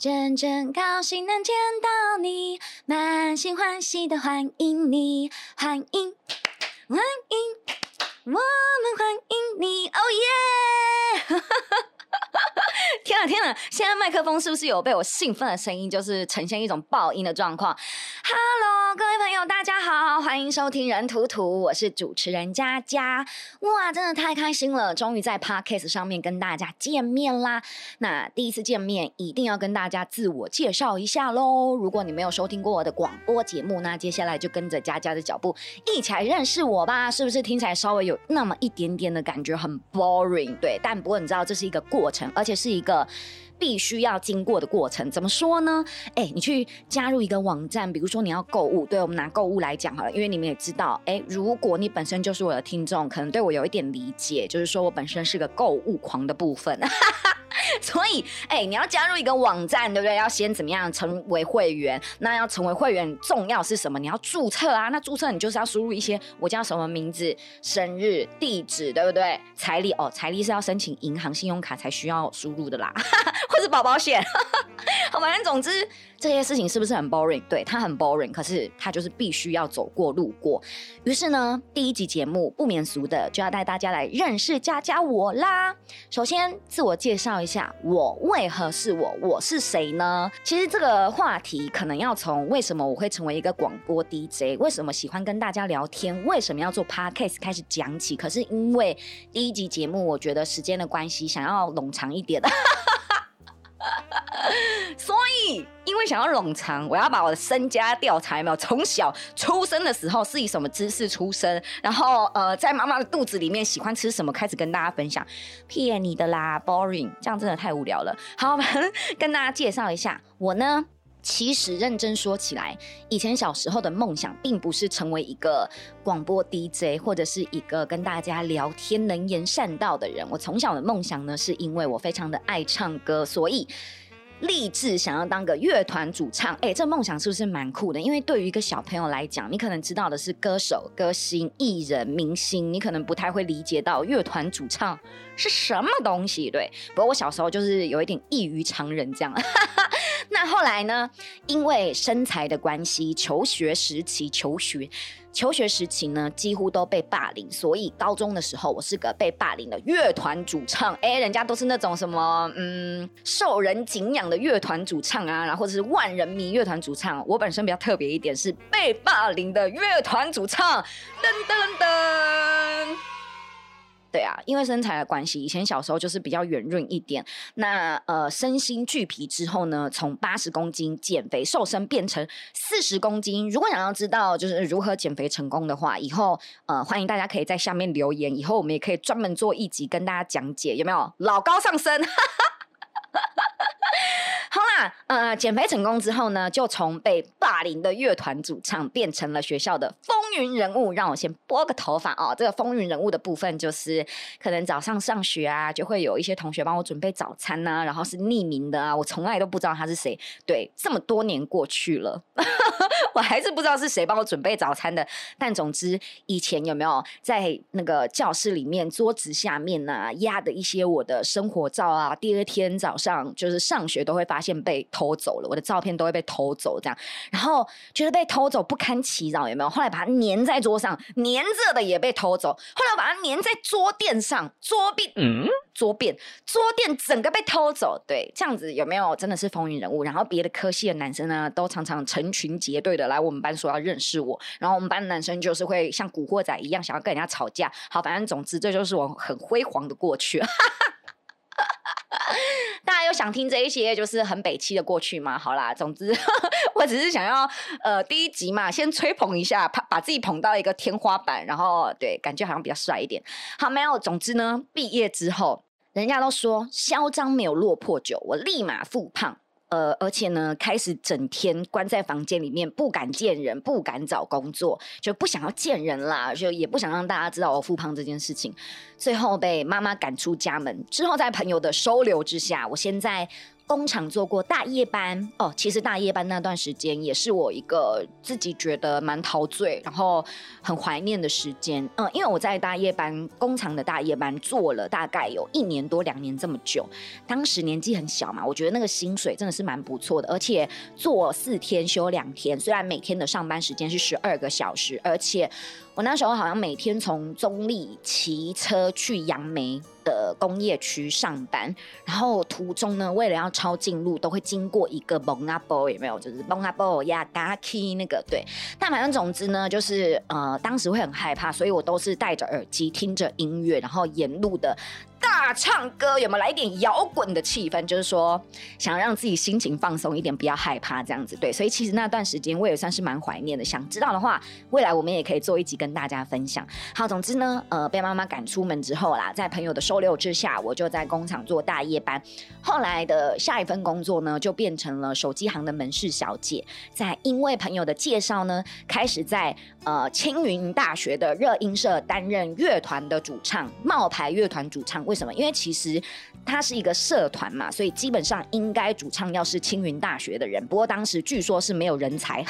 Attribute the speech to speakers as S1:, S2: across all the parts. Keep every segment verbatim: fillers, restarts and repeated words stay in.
S1: 真正高兴能见到你，满心欢喜的欢迎你，欢迎欢迎，我们欢迎你，哦耶！天啊天啊！现在麦克风是不是有被我兴奋的声音，就是呈现一种爆音的状况 ？Hello， 各位朋友，大家好，欢迎收听人图图，我是主持人佳佳。哇，真的太开心了，终于在 Podcast 上面跟大家见面啦！那第一次见面，一定要跟大家自我介绍一下咯。如果你没有收听过我的广播节目，那接下来就跟着佳佳的脚步一起来认识我吧。是不是听起来稍微有那么一点点的感觉很 boring？ 对，但不过你知道这是一个过程，而且是一个必须要经过的过程。怎么说呢？哎，你去加入一个网站，比如说你要购物，对，我们拿购物来讲好了，因为你们也知道，哎，如果你本身就是我的听众，可能对我有一点理解，就是说我本身是个购物狂的部分。所以，哎、欸，你要加入一个网站，对不对？要先怎么样成为会员？那要成为会员，重要是什么？你要注册啊。那注册你就是要输入一些我叫什么名字、生日、地址，对不对？财力哦，财力是要申请银行信用卡才需要输入的啦，或是保保险。好，反正总之这些事情是不是很 boring？ 对，它很 boring， 可是它就是必须要走过路过。于是呢，第一集节目不免俗的就要带大家来认识佳佳我啦。首先自我介绍一下，我为何是我？我是谁呢？其实这个话题可能要从为什么我会成为一个广播 D J， 为什么喜欢跟大家聊天，为什么要做 Podcast 开始讲起。可是因为第一集节目，我觉得时间的关系，想要冗长一点。所以因为想要冗长，我要把我的身家调查有没有，从小出生的时候是以什么姿势出生，然后呃在妈妈的肚子里面喜欢吃什么，开始跟大家分享。骗你的啦 boring， 这样真的太无聊了。好，跟大家介绍一下我呢，其实认真说起来，以前小时候的梦想并不是成为一个广播 D J 或者是一个跟大家聊天能言善道的人。我从小的梦想呢，是因为我非常的爱唱歌，所以立志想要当个乐团主唱。哎，这梦想是不是蛮酷的？因为对于一个小朋友来讲，你可能知道的是歌手、歌星、艺人、明星，你可能不太会理解到乐团主唱是什么东西。对，不过我小时候就是有一点异于常人这样。那后来呢，因为身材的关系，求学时期求学求学时期呢，几乎都被霸凌，所以高中的时候，我是个被霸凌的乐团主唱。哎，人家都是那种什么嗯受人敬仰的乐团主唱啊，然后或者是万人迷乐团主唱。我本身比较特别一点，是被霸凌的乐团主唱。噔噔噔。对啊，因为身材的关系，以前小时候就是比较圆润一点。那呃，身心俱疲之后呢，从八十公斤减肥瘦身变成四十公斤。如果想要知道就是如何减肥成功的话，以后呃，欢迎大家可以在下面留言，以后我们也可以专门做一集跟大家讲解，有没有？老高上身。好啦，呃，减肥成功之后呢，就从被霸凌的乐团主唱变成了学校的风云人物。让我先拨个头发哦。这个风云人物的部分，就是可能早上上学啊，就会有一些同学帮我准备早餐啊，然后是匿名的啊，我从来都不知道他是谁。对，这么多年过去了，我还是不知道是谁帮我准备早餐的。但总之，以前有没有在那个教室里面桌子下面啊压的一些我的生活照啊，第二天早上就是上学都会发现被偷走了，我的照片都会被偷走这样，然后觉得被偷走不堪其扰，有没有？后来把它粘在桌上，粘着的也被偷走，后来我把它粘在桌垫上，桌边嗯桌边桌垫整个被偷走。对，这样子有没有真的是风云人物？然后别的科系的男生呢，都常常成群结队的来我们班说要认识我，然后我们班的男生就是会像古惑仔一样想要跟人家吵架。好，反正总之这就是我很辉煌的过去。大家有想听这一些就是很北七的过去吗？好啦，总之我只是想要呃第一集嘛，先吹捧一下，把自己捧到一个天花板，然后对，感觉好像比较帅一点。好，没有，总之呢，毕业之后，人家都说嚣张没有落魄久，我立马复胖。呃，而且呢，开始整天关在房间里面，不敢见人，不敢找工作，就不想要见人啦，就也不想让大家知道我复胖这件事情。最后被妈妈赶出家门，之后在朋友的收留之下，我先在工厂做过大夜班哦，其实大夜班那段时间也是我一个自己觉得蛮陶醉，然后很怀念的时间。嗯，因为我在大夜班工厂的大夜班做了大概有一年多两年这么久，当时年纪很小嘛，我觉得那个薪水真的是蛮不错的，而且做四天休两天，虽然每天的上班时间是十二个小时，而且我那时候好像每天从中立骑车去杨梅的工业区上班，然后途中呢，为了要抄近路，都会经过一个蒙阿波，有没有？就是蒙阿波呀、嘎 key 那个对。但反正总之呢，就是呃，当时会很害怕，所以我都是戴着耳机听着音乐，然后沿路的大唱歌，有没有来一点摇滚的气氛？就是说，想要让自己心情放松一点，不要害怕这样子。对，所以其实那段时间我也算是蛮怀念的。想知道的话，未来我们也可以做一集跟大家分享。好，总之呢，呃，被妈妈赶出门之后啦，在朋友的收留之下，我就在工厂做大夜班。后来的下一份工作呢，就变成了手机行的门市小姐。在因为朋友的介绍呢，开始在呃青云大学的热音社担任乐团的主唱，冒牌乐团主唱。为什么？因为其实它是一个社团嘛，所以基本上应该主唱要是青云大学的人。不过当时据说是没有人才。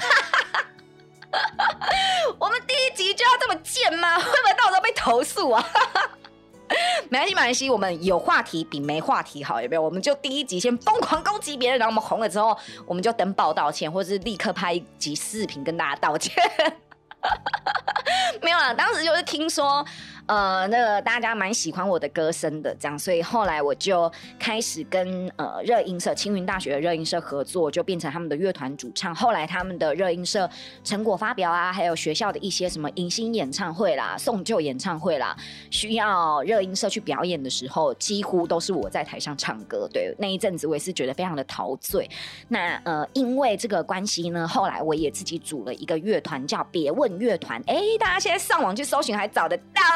S1: 我们第一集就要这么贱吗？会不会到时候被投诉啊？没关系，没关系，我们有话题比没话题好，有没有？我们就第一集先疯狂攻击别人，然后我们红了之后，我们就登报道歉，或者是立刻拍一集视频跟大家道歉。没有啦，当时就是听说，呃，那个大家蛮喜欢我的歌声的，这样，所以后来我就开始跟呃热音社青云大学的热音社合作，就变成他们的乐团主唱。后来他们的热音社成果发表啊，还有学校的一些什么迎新演唱会啦、送旧演唱会啦，需要热音社去表演的时候，几乎都是我在台上唱歌。对，那一阵子我也是觉得非常的陶醉。那呃，因为这个关系呢，后来我也自己组了一个乐团，叫别问乐团。哎，大家现在上网去搜寻还找得到。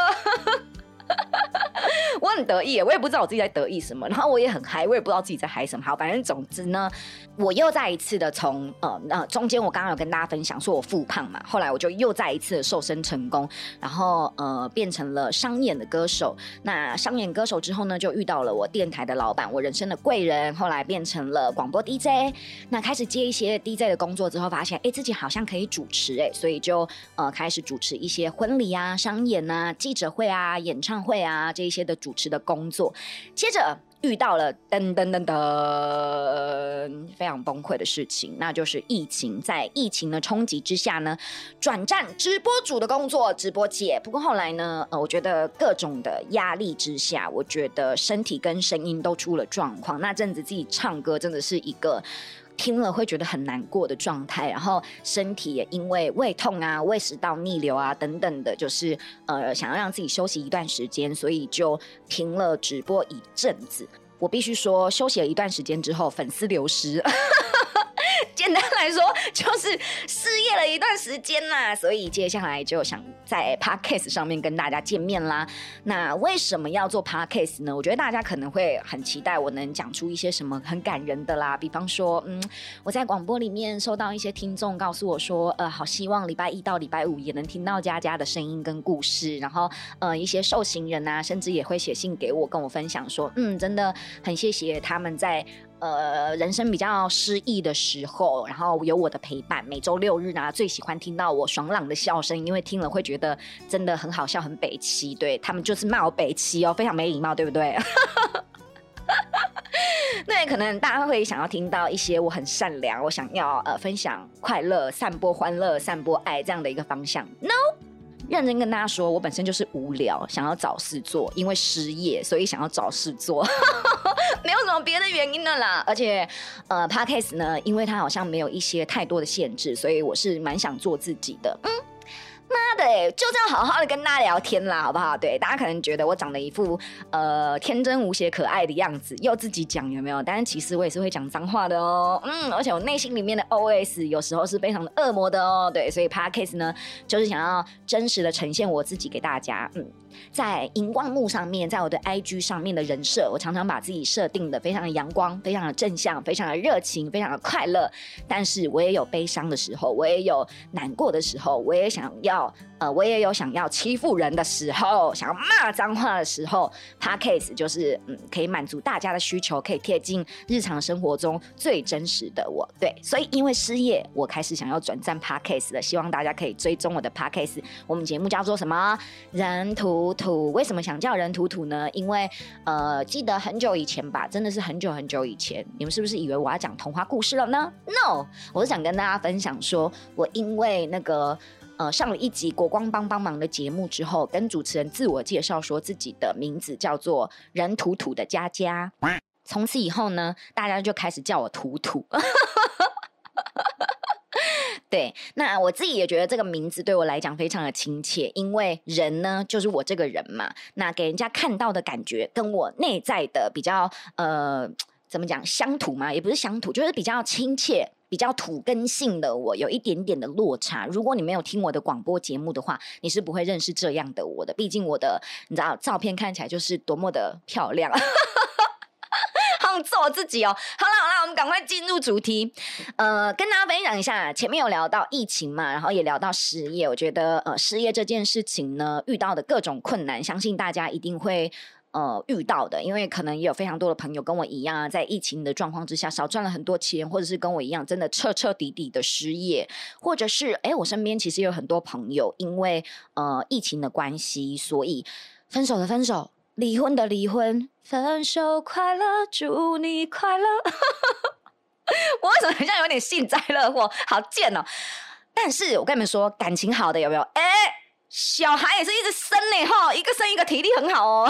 S1: 我很得意，我也不知道我自己在得意什么，然后我也很嗨，我也不知道自己在嗨什么。好，反正总之呢，我又再一次的从呃呃中间我刚刚有跟大家分享说我复胖嘛，后来我就又再一次的瘦身成功，然后呃变成了商演的歌手。那商演歌手之后呢，就遇到了我电台的老板，我人生的贵人，后来变成了广播 D J。那开始接一些 D J 的工作之后，发现哎自己好像可以主持哎，所以就呃开始主持一些婚礼啊、商演啊、记者会啊、演唱会啊这一些的主持的工作。接着遇到了噔噔噔噔非常崩溃的事情，那就是疫情。在疫情的冲击之下呢，转战直播主的工作，直播界。不过后来呢，呃，我觉得各种的压力之下，我觉得身体跟声音都出了状况。那阵子自己唱歌真的是一个听了会觉得很难过的状态，然后身体也因为胃痛啊、胃食道逆流啊等等的，就是呃想要让自己休息一段时间，所以就停了直播一阵子。我必须说，休息了一段时间之后，粉丝流失。简单来说，就是失业了一段时间啦，所以接下来就想在 Podcast 上面跟大家见面啦。那为什么要做 Podcast 呢？我觉得大家可能会很期待我能讲出一些什么很感人的啦，比方说，嗯，我在广播里面收到一些听众告诉我说，呃，好希望礼拜一到礼拜五也能听到佳佳的声音跟故事，然后呃，一些受刑人啊，甚至也会写信给我，跟我分享说，嗯，真的很谢谢他们在呃，人生比较失意的时候，然后有我的陪伴。每周六日呢，最喜欢听到我爽朗的笑声，因为听了会觉得真的很好笑，很北七。对，他们就是骂我北七哦，非常没礼貌，对不对？对，可能大家会想要听到一些我很善良，我想要呃分享快乐、散播欢乐、散播爱这样的一个方向。No。认真跟大家说，我本身就是无聊，想要找事做，因为失业，所以想要找事做，没有什么别的原因了啦。而且，呃 ，Podcast 呢，因为它好像没有一些太多的限制，所以我是蛮想做自己的。嗯。妈的、欸，就这样好好的跟大家聊天啦，好不好？对，大家可能觉得我长得一副呃天真无邪、可爱的样子，又自己讲有没有？但是其实我也是会讲脏话的哦，嗯，而且我内心里面的 O S 有时候是非常的恶魔的哦，对，所以 Podcast 呢，就是想要真实的呈现我自己给大家，嗯。在荧光幕上面，在我的 I G 上面的人设，我常常把自己设定的非常的阳光，非常的正向，非常的热情，非常的快乐。但是我也有悲伤的时候，我也有难过的时候，我也想要呃，我也有想要欺负人的时候，想要骂脏话的时候 Podcast 就是嗯，可以满足大家的需求，可以贴近日常生活中最真实的我。对，所以因为失业，我开始想要转战 Podcast 了，希望大家可以追踪我的 Podcast。我们节目叫做什么？人图图。为什么想叫人图图呢？因为呃，记得很久以前吧，真的是很久很久以前，你们是不是以为我要讲童话故事了呢 ？No， 我是想跟大家分享说，我因为那个。呃，上了一集国光帮帮忙的节目之后，跟主持人自我介绍说自己的名字叫做人图图的佳佳。从此以后呢，大家就开始叫我图图。对，那我自己也觉得这个名字对我来讲非常的亲切，因为人呢就是我这个人嘛，那给人家看到的感觉跟我内在的比较呃怎么讲乡土嘛，也不是乡土，就是比较亲切。比较土根性的我有一点点的落差，如果你没有听我的广播节目的话，你是不会认识这样的我的。毕竟我的你知道照片看起来就是多么的漂亮。好做我自己哦。好了好了，我们赶快进入主题。呃，跟大家分享一下，前面有聊到疫情嘛，然后也聊到失业。我觉得呃，失业这件事情呢，遇到的各种困难，相信大家一定会。呃，遇到的，因为可能也有非常多的朋友跟我一样，在疫情的状况之下少赚了很多钱，或者是跟我一样真的彻彻底底的失业，或者是哎，我身边其实有很多朋友因为呃疫情的关系，所以分手的分手，离婚的离婚，分手快乐，祝你快乐。我为什么好像有点幸灾乐祸，好贱哦！但是我跟你们说，感情好的有没有？哎。小孩也是一直生呢齁，一个生一个体力很好哦。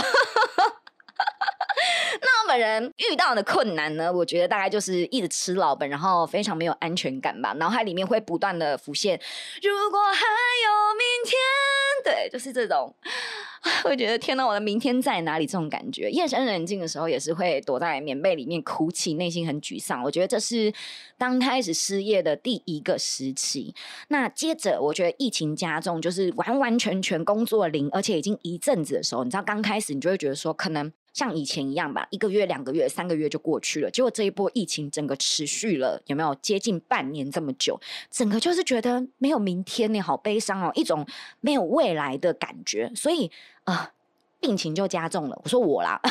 S1: 那我本人遇到的困难呢，我觉得大概就是一直吃老本，然后非常没有安全感吧，脑海里面会不断的浮现如果还有明天，对，就是这种会觉得天哪，我的明天在哪里这种感觉。夜深人静的时候也是会躲在棉被里面哭泣，内心很沮丧。我觉得这是刚开始失业的第一个时期。那接着我觉得疫情加重，就是完完全全工作零，而且已经一阵子的时候，你知道刚开始你就会觉得说可能像以前一样吧，一个月两个月三个月就过去了，结果这一波疫情整个持续了有没有接近半年这么久，整个就是觉得没有明天呢，好悲伤哦，一种没有未来的感觉。所以呃，病情就加重了。我说我啦。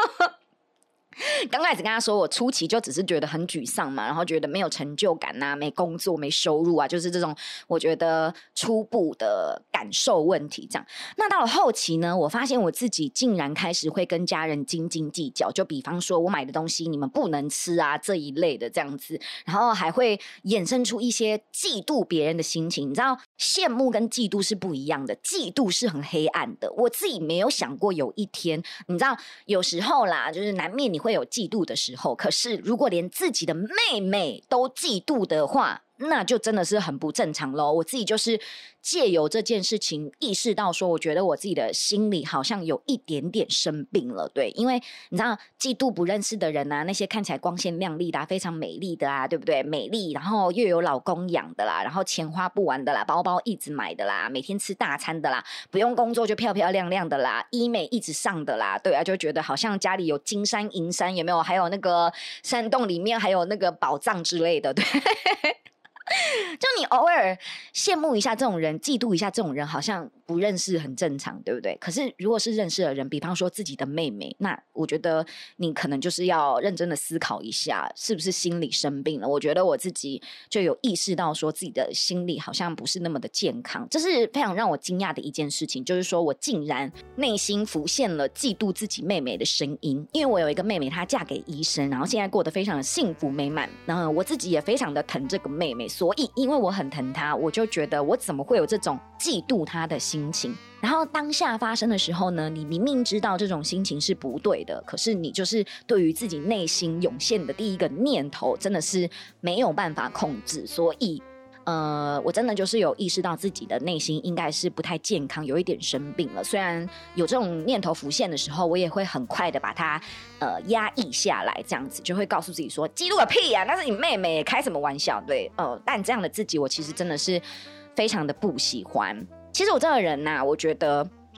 S1: 刚开始跟他说，我初期就只是觉得很沮丧嘛，然后觉得没有成就感啊，没工作，没收入啊，就是这种我觉得初步的感受问题这样。那到了后期呢，我发现我自己竟然开始会跟家人斤斤计较，就比方说我买的东西你们不能吃啊这一类的这样子，然后还会衍生出一些嫉妒别人的心情。你知道羡慕跟嫉妒是不一样的，嫉妒是很黑暗的。我自己没有想过有一天，你知道有时候啦，就是难免你会有嫉妒的时候，可是如果连自己的妹妹都嫉妒的话，那就真的是很不正常咯。我自己就是借由这件事情意识到说，我觉得我自己的心里好像有一点点生病了。对，因为你知道嫉妒不认识的人啊，那些看起来光鲜亮丽的啊，非常美丽的啊，对不对？美丽，然后又有老公养的啦，然后钱花不完的啦，包包一直买的啦，每天吃大餐的啦，不用工作就漂漂亮亮的啦，医美一直上的啦，对啊，就觉得好像家里有金山银山，有没有？还有那个山洞里面还有那个宝藏之类的，对。就你偶尔羡慕一下这种人，嫉妒一下这种人，好像不认识很正常，对不对？可是如果是认识的人，比方说自己的妹妹，那我觉得你可能就是要认真的思考一下，是不是心理生病了。我觉得我自己就有意识到说自己的心理好像不是那么的健康，这是非常让我惊讶的一件事情，就是说我竟然内心浮现了嫉妒自己妹妹的声音。因为我有一个妹妹，她嫁给医生，然后现在过得非常的幸福美满，然后我自己也非常的疼这个妹妹，所以因为我很疼她，我就觉得我怎么会有这种嫉妒她的心情。然后当下发生的时候呢，你明明知道这种心情是不对的，可是你就是对于自己内心涌现的第一个念头真的是没有办法控制，所以呃，我真的就是有意识到自己的内心应该是不太健康，有一点生病了。虽然有这种念头浮现的时候，我也会很快的把它呃压抑下来，这样子就会告诉自己说，嫉妒个屁啊，那是你妹妹，开什么玩笑？对，呃，但这样的自己，我其实真的是非常的不喜欢。其实我这个人呐、啊，我觉得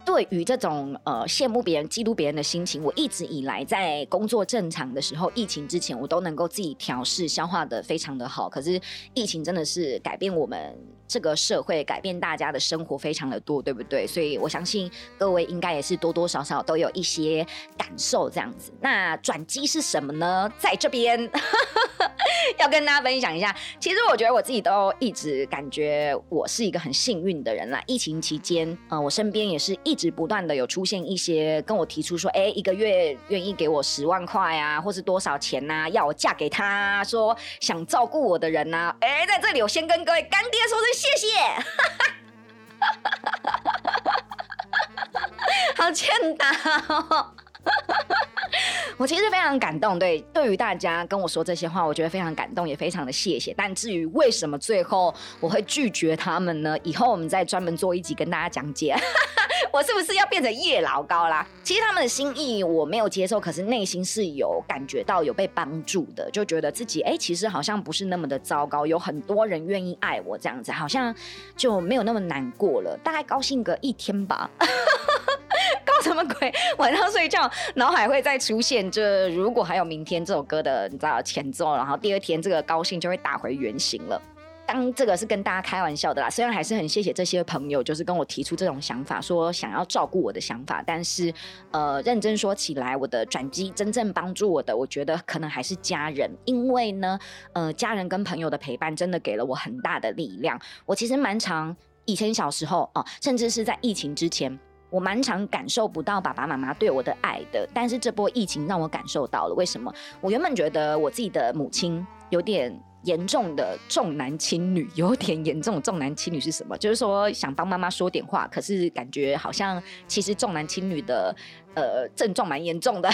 S2: 对于这种呃羡慕别人、嫉妒别人的心情，我一直以来在工作正常的时候，疫情之前我都能够自己调试、消化的非常的好。可是疫情真的是改变我们这个社会，改变大家的生活非常的多，对不对？所以我相信各位应该也是多多少少都有一些感受这样子。那转机是什么呢？在这边要跟大家分享一下。其实我觉得我自己都一直感觉我是一个很幸运的人啦。疫情期间，呃，我身边也是一直不断的有出现一些跟我提出说，哎，一个月愿意给我十万块啊，或是多少钱啊，要我嫁给他啊，说想照顾我的人啊。哎，在这里我先跟各位干爹说声谢谢。好欠打哦。我其实非常感动，对，对于大家跟我说这些话，我觉得非常感动，也非常的谢谢。但至于为什么最后我会拒绝他们呢？以后我们再专门做一集跟大家讲解。我是不是要变成叶老高啦？其实他们的心意我没有接受，可是内心是有感觉到有被帮助的，就觉得自己哎、欸，其实好像不是那么的糟糕，有很多人愿意爱我，这样子好像就没有那么难过了，大概高兴个一天吧。搞什么鬼？晚上睡觉，脑海会再出现这如果还有明天这首歌的你知道前奏，然后第二天这个高兴就会打回原形了。当这个是跟大家开玩笑的啦，虽然还是很谢谢这些朋友，就是跟我提出这种想法，说想要照顾我的想法，但是呃，认真说起来，我的转机真正帮助我的，我觉得可能还是家人，因为呢，呃，家人跟朋友的陪伴真的给了我很大的力量。我其实蛮常以前小时候啊、呃，甚至是在疫情之前。我蛮常感受不到爸爸妈妈对我的爱的，但是这波疫情让我感受到了。为什么？我原本觉得我自己的母亲有点严重的重男轻女，有点严重的重男轻女是什么？就是说想帮妈妈说点话，可是感觉好像其实重男轻女的呃症状蛮严重的。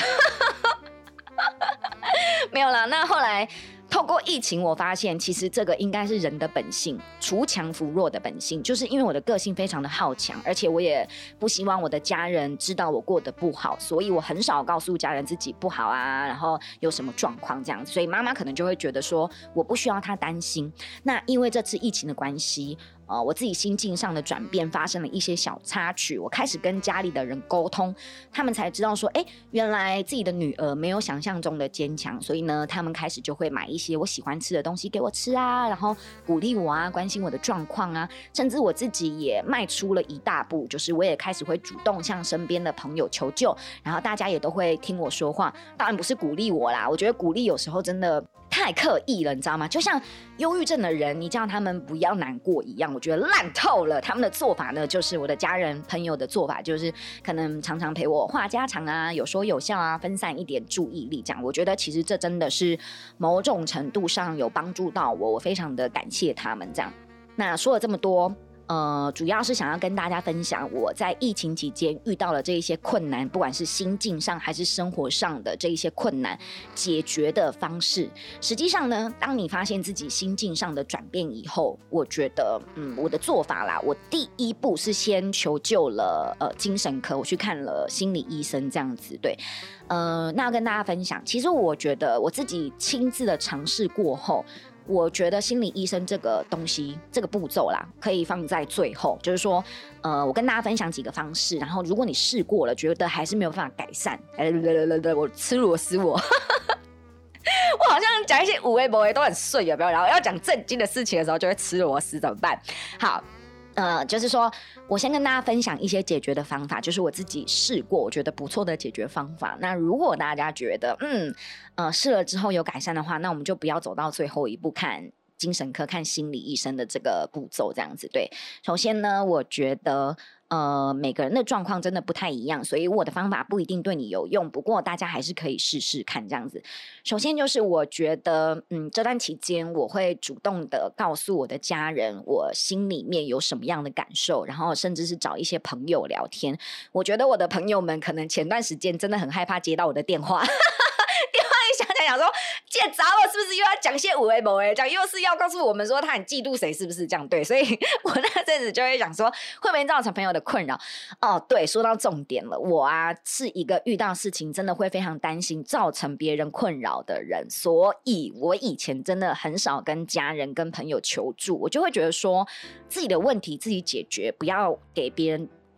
S2: 没有啦，那后来。透过疫情，我发现其实这个应该是人的本性，锄强扶弱的本性。就是因为我的个性非常的好强，而且我也不希望我的家人知道我过得不好，所以我很少告诉家人自己不好啊，然后有什么状况这样子。所以妈妈可能就会觉得说，我不需要她担心。那因为这次疫情的关系。呃，我自己心境上的转变发生了一些小插曲，我开始跟家里的人沟通，他们才知道说，哎，原来自己的女儿没有想象中的坚强，所以呢，他们开始就会买一些我喜欢吃的东西给我吃啊，然后鼓励我啊，关心我的状况啊，甚至我自己也迈出了一大步，就是我也开始会主动向身边的朋友求救，然后大家也都会听我说话，当然不是鼓励我啦，我觉得鼓励有时候真的太刻意了，你知道吗？就像忧郁症的人，你叫他们不要难过一样，我觉得烂透了。他们的做法呢，就是我的家人朋友的做法，就是可能常常陪我话家常啊，有说有笑啊，分散一点注意力，这样。我觉得其实这真的是某种程度上有帮助到我，我非常的感谢他们这样。那说了这么多。呃，主要是想要跟大家分享我在疫情期间遇到了这一些困难，不管是心境上还是生活上的这一些困难，解决的方式。实际上呢，当你发现自己心境上的转变以后，我觉得，嗯，我的做法啦，我第一步是先求救了呃精神科，我去看了心理医生，这样子对。呃，那要跟大家分享，其实我觉得我自己亲自的尝试过后。我觉得心理医生这个东西，这个步骤啦，可以放在最后。就是说，呃，我跟大家分享几个方式，然后如果你试过了，觉得还是没有办法改善，哎，我吃螺丝我。我好像讲一些有的没的都很顺，有没有？然后要讲正经的事情的时候，就会吃螺丝，怎么办？好。呃，就是说我先跟大家分享一些解决的方法，就是我自己试过，我觉得不错的解决方法。那如果大家觉得，嗯，呃，试了之后有改善的话，那我们就不要走到最后一步，看精神科、看心理医生的这个步骤，这样子。对，首先呢，我觉得。呃，每个人的状况真的不太一样，所以我的方法不一定对你有用，不过大家还是可以试试看这样子。首先就是我觉得，嗯，这段期间我会主动的告诉我的家人，我心里面有什么样的感受，然后甚至是找一些朋友聊天。我觉得我的朋友们可能前段时间真的很害怕接到我的电话。电话一想起来想说，见着我是不是又要讲些有的没的，讲又是要告诉我们说他很嫉妒谁，是不是这样？对，所以我那阵子就会想说，会不会造成朋友的困扰？哦，对，说到重点了，我啊是一个遇到事情真的会非常担心造成别人困扰的人，所以我以前真的很少跟家人、跟朋友求助，我就会觉得说自己的问题自己解决，不要给别人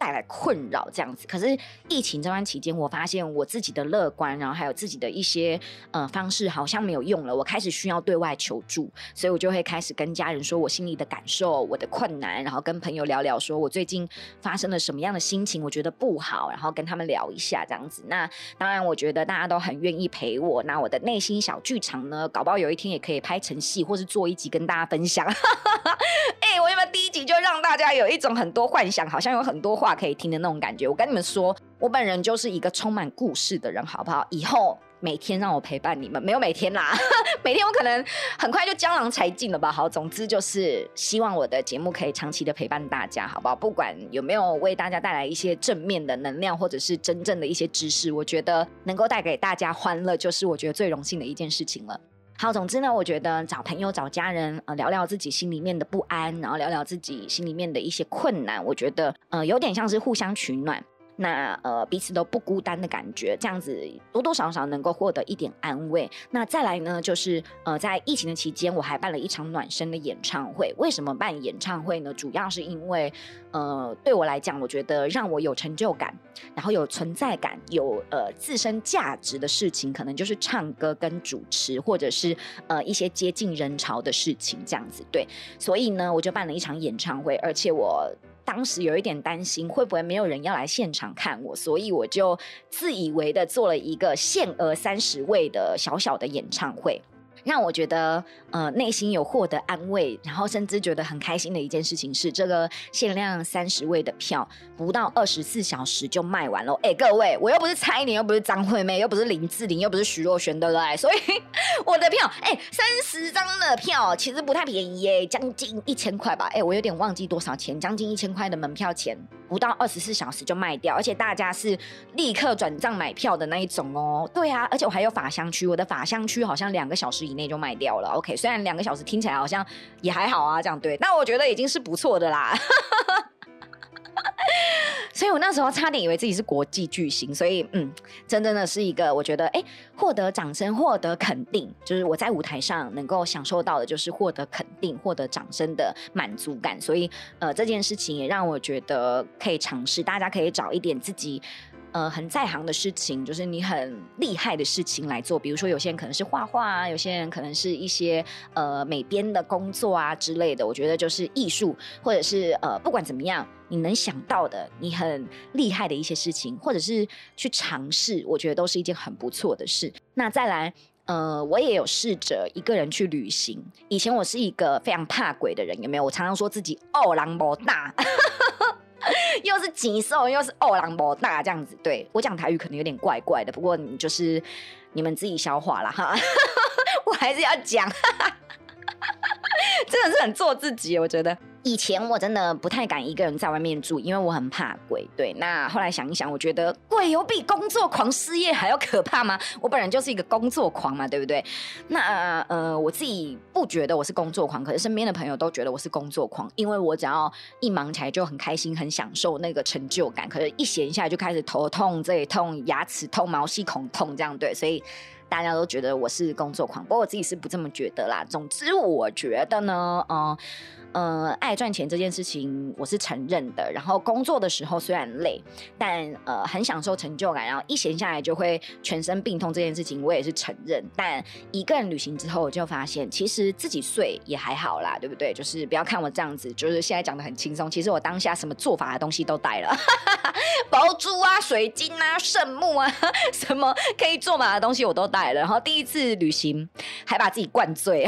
S2: 带来困扰这样子。可是疫情这段期间，我发现我自己的乐观，然后还有自己的一些呃方式好像没有用了，我开始需要对外求助，所以我就会开始跟家人说我心里的感受，我的困难，然后跟朋友聊聊说我最近发生了什么样的心情，我觉得不好，然后跟他们聊一下这样子。那当然我觉得大家都很愿意陪我，那我的内心小剧场呢，搞不好有一天也可以拍成戏，或是做一集跟大家分享。哎、欸，我有没有第一集就让大家有一种很多幻想，好像有很多话可以听的那种感觉？我跟你们说，我本人就是一个充满故事的人，好不好？以后每天让我陪伴你们，没有每天啦，每天我可能很快就江郎才尽了吧。好，总之就是希望我的节目可以长期的陪伴大家，好不好？不管有没有为大家带来一些正面的能量，或者是真正的一些知识，我觉得能够带给大家欢乐，就是我觉得最荣幸的一件事情了。好，总之呢，我觉得找朋友、找家人，呃，聊聊自己心里面的不安，然后聊聊自己心里面的一些困难，我觉得，呃，有点像是互相取暖。那呃彼此都不孤单的感觉，这样子多多少少能够获得一点安慰。那再来呢，就是呃在疫情的期间，我还办了一场暖身的演唱会。为什么办演唱会呢？主要是因为呃对我来讲，我觉得让我有成就感，然后有存在感，有呃自身价值的事情，可能就是唱歌跟主持，或者是呃一些接近人潮的事情，这样子。对，所以呢，我就办了一场演唱会，而且我当时有一点担心会不会没有人要来现场看我，所以我就自以为的做了一个限额三十位的小小的演唱会，让我觉得呃内心有获得安慰，然后甚至觉得很开心的一件事情是，这个限量三十位的票不到二十四小时就卖完了。哎，各位，我又不是蔡依林，又不是张惠妹，又不是林志玲，又不是徐若瑄，对不对？所以我的票，哎，三十张的票其实不太便宜耶，将近一千块吧。哎，我有点忘记多少钱，将近一千块的门票钱，不到二十四小时就卖掉，而且大家是立刻转账买票的那一种哦。对啊，而且我还有法香区，我的法香区好像两个小时以内就卖掉了。OK， 虽然两个小时听起来好像也还好啊，这样对，但我觉得已经是不错的啦。所以我那时候差点以为自己是国际巨星，所以嗯，真正的是一个我觉得哎，获得掌声、获得肯定，就是我在舞台上能够享受到的，就是获得肯定、获得掌声的满足感。所以呃，这件事情也让我觉得可以尝试，大家可以找一点自己呃很在行的事情，就是你很厉害的事情来做。比如说有些人可能是画画啊，有些人可能是一些呃美编的工作啊之类的。我觉得就是艺术，或者是呃不管怎么样，你能想到的，你很厉害的一些事情，或者是去尝试，我觉得都是一件很不错的事。那再来。呃，我也有试着一个人去旅行。以前我是一个非常怕鬼的人，有没有？我常常说自己哦人无大，又是极瘦，又是哦人无大这样子。对，我讲台语可能有点怪怪的，不过你就是你们自己消化啦哈。我还是要讲，真的是很做自己，我觉得。以前我真的不太敢一个人在外面住，因为我很怕鬼。对，那后来想一想，我觉得鬼有比工作狂失业还要可怕吗？我本人就是一个工作狂嘛，对不对？那呃，我自己不觉得我是工作狂，可是身边的朋友都觉得我是工作狂，因为我只要一忙起来就很开心，很享受那个成就感。可是，一闲下来就开始头痛、这里痛、牙齿痛、毛细孔痛，这样对，所以。大家都觉得我是工作狂，不过我自己是不这么觉得啦。总之，我觉得呢，呃呃，爱赚钱这件事情我是承认的。然后工作的时候虽然累，但呃很享受成就感，然后一闲下来就会全身病痛这件事情我也是承认。但一个人旅行之后，我就发现其实自己睡也还好啦，对不对？就是不要看我这样子，就是现在讲的很轻松，其实我当下什么做法的东西都带了，宝珠啊、水晶啊、圣木啊，什么可以做马的东西我都带。然后第一次旅行还把自己灌醉。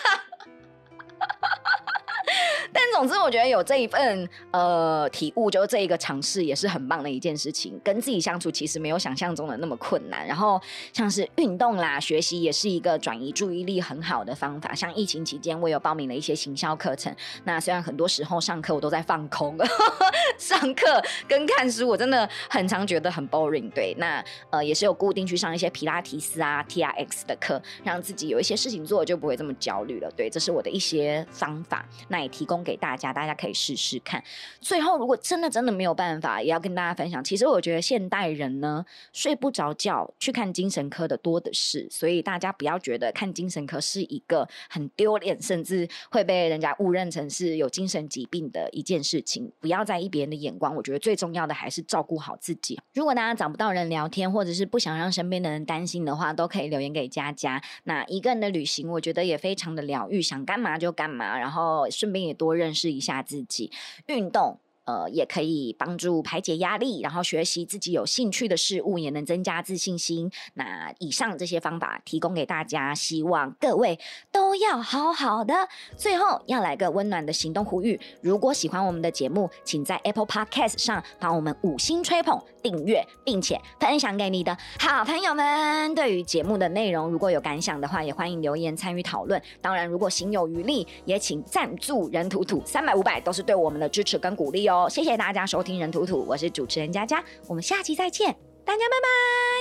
S2: 但总之我觉得有这一份呃体悟，就这一个尝试也是很棒的一件事情。跟自己相处其实没有想象中的那么困难，然后像是运动啦、学习也是一个转移注意力很好的方法。像疫情期间我有报名了一些行销课程，那虽然很多时候上课我都在放空，上课跟看书我真的很常觉得很 boring。 对，那呃也是有固定去上一些皮拉提斯啊 T R X 的课，让自己有一些事情做就不会这么焦虑了。对，这是我的一些方法，那也提供给大家，大家可以试试看。最后，如果真的真的没有办法，也要跟大家分享，其实我觉得现代人呢，睡不着觉去看精神科的多的是，所以大家不要觉得看精神科是一个很丢脸，甚至会被人家误认成是有精神疾病的一件事情。不要在意别人的眼光，我觉得最重要的还是照顾好自己。如果大家找不到人聊天，或者是不想让身边的人担心的话，都可以留言给佳佳。那一个人的旅行，我觉得也非常的疗愈，想干嘛就干嘛，然后顺便也多认识一下自己。运动呃，也可以帮助排解压力，然后学习自己有兴趣的事物，也能增加自信心。那以上这些方法提供给大家，希望各位都要好好的。最后要来个温暖的行动呼吁，如果喜欢我们的节目，请在 Apple Podcast 上帮我们五星吹捧、订阅，并且分享给你的好朋友们。对于节目的内容如果有感想的话，也欢迎留言参与讨论。当然如果行有余力，也请赞助人图图，三百五百都是对我们的支持跟鼓励哦。谢谢大家收听人图图，我是主持人佳佳，我们下期再见，大家拜拜。